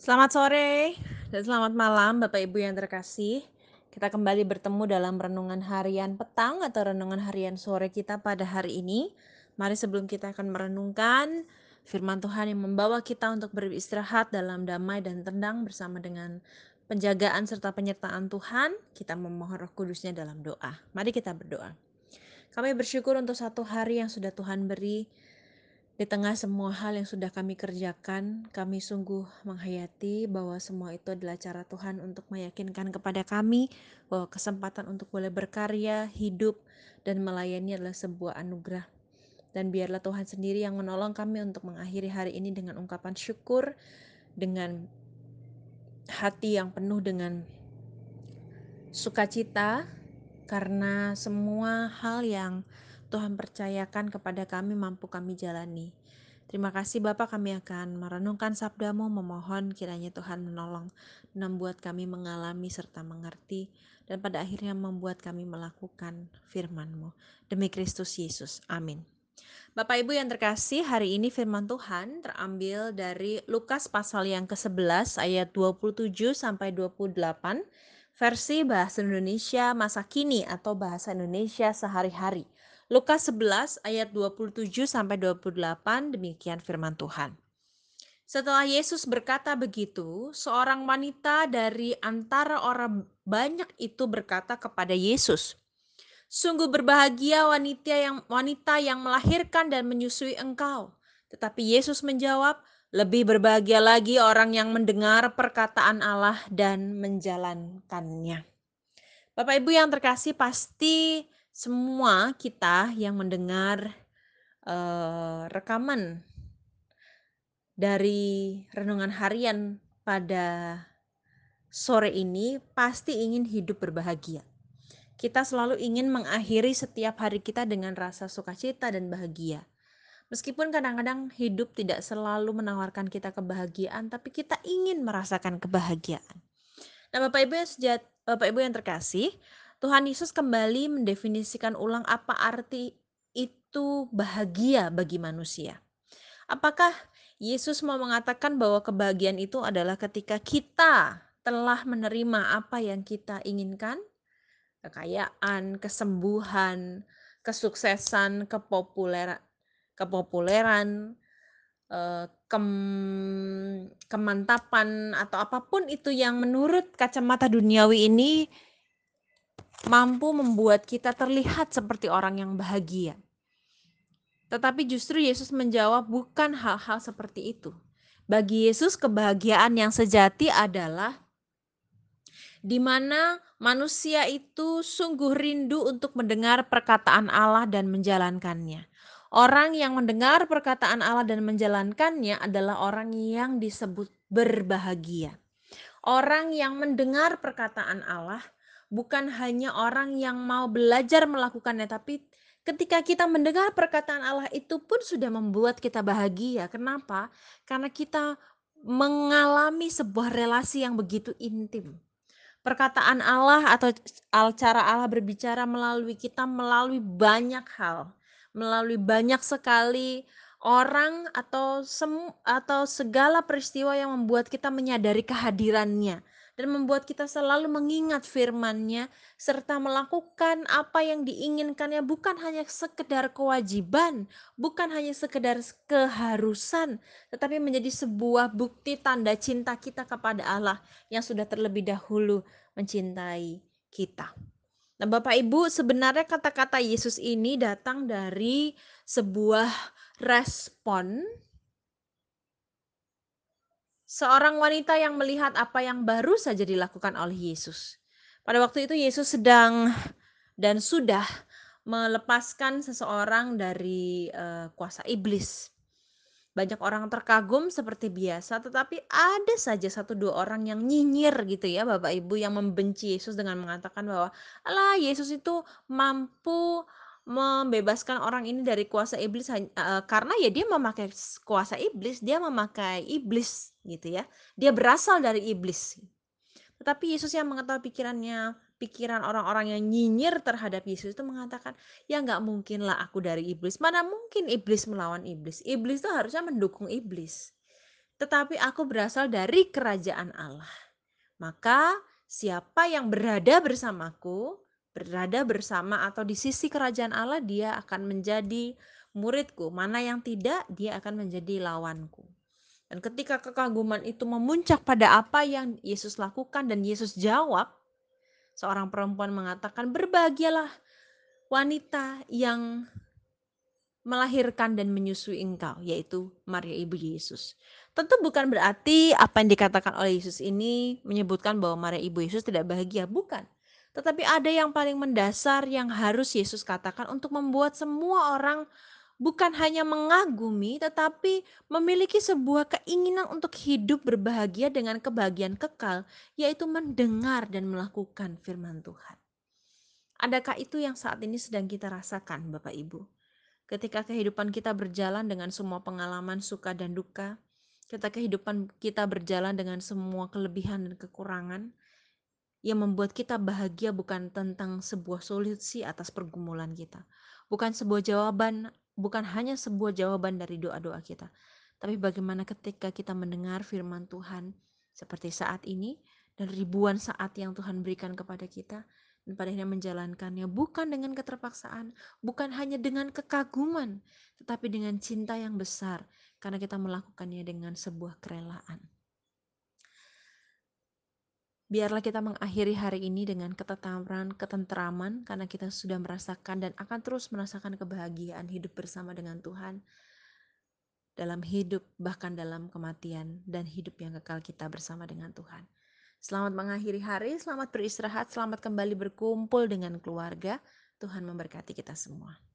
Selamat sore dan selamat malam Bapak Ibu yang terkasih. Kita kembali bertemu dalam renungan harian petang atau renungan harian sore kita pada hari ini. Mari sebelum kita akan merenungkan firman Tuhan yang membawa kita untuk beristirahat dalam damai dan tenang bersama dengan penjagaan serta penyertaan Tuhan, kita memohon Roh Kudusnya dalam doa. Mari kita berdoa. Kami bersyukur untuk satu hari yang sudah Tuhan beri. Di tengah semua hal yang sudah kami kerjakan, kami sungguh menghayati bahwa semua itu adalah cara Tuhan untuk meyakinkan kepada kami bahwa kesempatan untuk boleh berkarya, hidup, dan melayani adalah sebuah anugerah. Dan biarlah Tuhan sendiri yang menolong kami untuk mengakhiri hari ini dengan ungkapan syukur, dengan hati yang penuh dengan sukacita, karena semua hal yang Tuhan percayakan kepada kami mampu kami jalani. Terima kasih Bapak, kami akan merenungkan sabda-Mu, memohon kiranya Tuhan menolong, membuat kami mengalami serta mengerti, dan pada akhirnya membuat kami melakukan firman-Mu. Demi Kristus Yesus, amin. Bapak Ibu yang terkasih, hari ini firman Tuhan terambil dari Lukas pasal yang ke-11 ayat 27 sampai 28, versi bahasa Indonesia masa kini atau bahasa Indonesia sehari-hari. Lukas 11 ayat 27 sampai 28, demikian firman Tuhan. Setelah Yesus berkata begitu, seorang wanita dari antara orang banyak itu berkata kepada Yesus, "Sungguh berbahagia wanita yang melahirkan dan menyusui engkau." Tetapi Yesus menjawab, "Lebih berbahagia lagi orang yang mendengar perkataan Allah dan menjalankannya." Bapak Ibu yang terkasih, pasti semua kita yang mendengar rekaman dari renungan harian pada sore ini pasti ingin hidup berbahagia. Kita selalu ingin mengakhiri setiap hari kita dengan rasa sukacita dan bahagia. Meskipun kadang-kadang hidup tidak selalu menawarkan kita kebahagiaan, tapi kita ingin merasakan kebahagiaan. Nah, Bapak Ibu yang terkasih, Tuhan Yesus kembali mendefinisikan ulang apa arti itu bahagia bagi manusia. Apakah Yesus mau mengatakan bahwa kebahagiaan itu adalah ketika kita telah menerima apa yang kita inginkan? Kekayaan, kesembuhan, kesuksesan, kepopuleran, kemantapan atau apapun itu yang menurut kacamata duniawi ini mampu membuat kita terlihat seperti orang yang bahagia. Tetapi justru Yesus menjawab bukan hal-hal seperti itu. Bagi Yesus kebahagiaan yang sejati adalah di mana manusia itu sungguh rindu untuk mendengar perkataan Allah dan menjalankannya. Orang yang mendengar perkataan Allah dan menjalankannya adalah orang yang disebut berbahagia. Orang yang mendengar perkataan Allah bukan hanya orang yang mau belajar melakukannya, tapi ketika kita mendengar perkataan Allah itu pun sudah membuat kita bahagia. Kenapa? Karena kita mengalami sebuah relasi yang begitu intim. Perkataan Allah atau cara Allah berbicara melalui kita melalui banyak hal, melalui banyak sekali orang atau segala peristiwa yang membuat kita menyadari kehadirannya dan membuat kita selalu mengingat firman-Nya serta melakukan apa yang diinginkannya, bukan hanya sekedar kewajiban, bukan hanya sekedar keharusan, tetapi menjadi sebuah bukti tanda cinta kita kepada Allah yang sudah terlebih dahulu mencintai kita. Nah, Bapak Ibu, sebenarnya kata-kata Yesus ini datang dari sebuah respon seorang wanita yang melihat apa yang baru saja dilakukan oleh Yesus. Pada waktu itu Yesus sedang dan sudah melepaskan seseorang dari kuasa iblis. Banyak orang terkagum seperti biasa, tetapi ada saja satu dua orang yang nyinyir gitu ya Bapak Ibu, yang membenci Yesus dengan mengatakan bahwa alah, Yesus itu mampu membebaskan orang ini dari kuasa iblis karena ya dia memakai kuasa iblis, dia memakai iblis gitu ya. Dia berasal dari iblis. Tetapi Yesus yang mengetahui pikiran orang-orang yang nyinyir terhadap Yesus itu mengatakan, ya nggak mungkin lah aku dari iblis. Mana mungkin iblis melawan iblis. Iblis itu harusnya mendukung iblis. tetapi aku berasal dari kerajaan Allah. Maka siapa yang berada bersamaku, berada bersama atau di sisi kerajaan Allah, dia akan menjadi muridku. Mana yang tidak, dia akan menjadi lawanku. Dan ketika kekaguman itu memuncak pada apa yang Yesus lakukan dan Yesus jawab, seorang perempuan mengatakan, "Berbahagialah wanita yang melahirkan dan menyusui engkau," yaitu Maria ibu Yesus. Tentu bukan berarti apa yang dikatakan oleh Yesus ini menyebutkan bahwa Maria ibu Yesus tidak bahagia, bukan. Tetapi ada yang paling mendasar yang harus Yesus katakan untuk membuat semua orang bukan hanya mengagumi tetapi memiliki sebuah keinginan untuk hidup berbahagia dengan kebahagiaan kekal, yaitu mendengar dan melakukan firman Tuhan. Adakah itu yang saat ini sedang kita rasakan, Bapak Ibu? Ketika kehidupan kita berjalan dengan semua pengalaman suka dan duka, ketika kehidupan kita berjalan dengan semua kelebihan dan kekurangan, yang membuat kita bahagia bukan tentang sebuah solusi atas pergumulan kita. Bukan sebuah jawaban, bukan hanya sebuah jawaban dari doa-doa kita. Tapi bagaimana ketika kita mendengar firman Tuhan seperti saat ini dan ribuan saat yang Tuhan berikan kepada kita, dan pada akhirnya menjalankannya bukan dengan keterpaksaan, bukan hanya dengan kekaguman, tetapi dengan cinta yang besar karena kita melakukannya dengan sebuah kerelaan. Biarlah kita mengakhiri hari ini dengan ketentraman karena kita sudah merasakan dan akan terus merasakan kebahagiaan hidup bersama dengan Tuhan dalam hidup bahkan dalam kematian dan hidup yang kekal kita bersama dengan Tuhan. Selamat mengakhiri hari, selamat beristirahat, selamat kembali berkumpul dengan keluarga. Tuhan memberkati kita semua.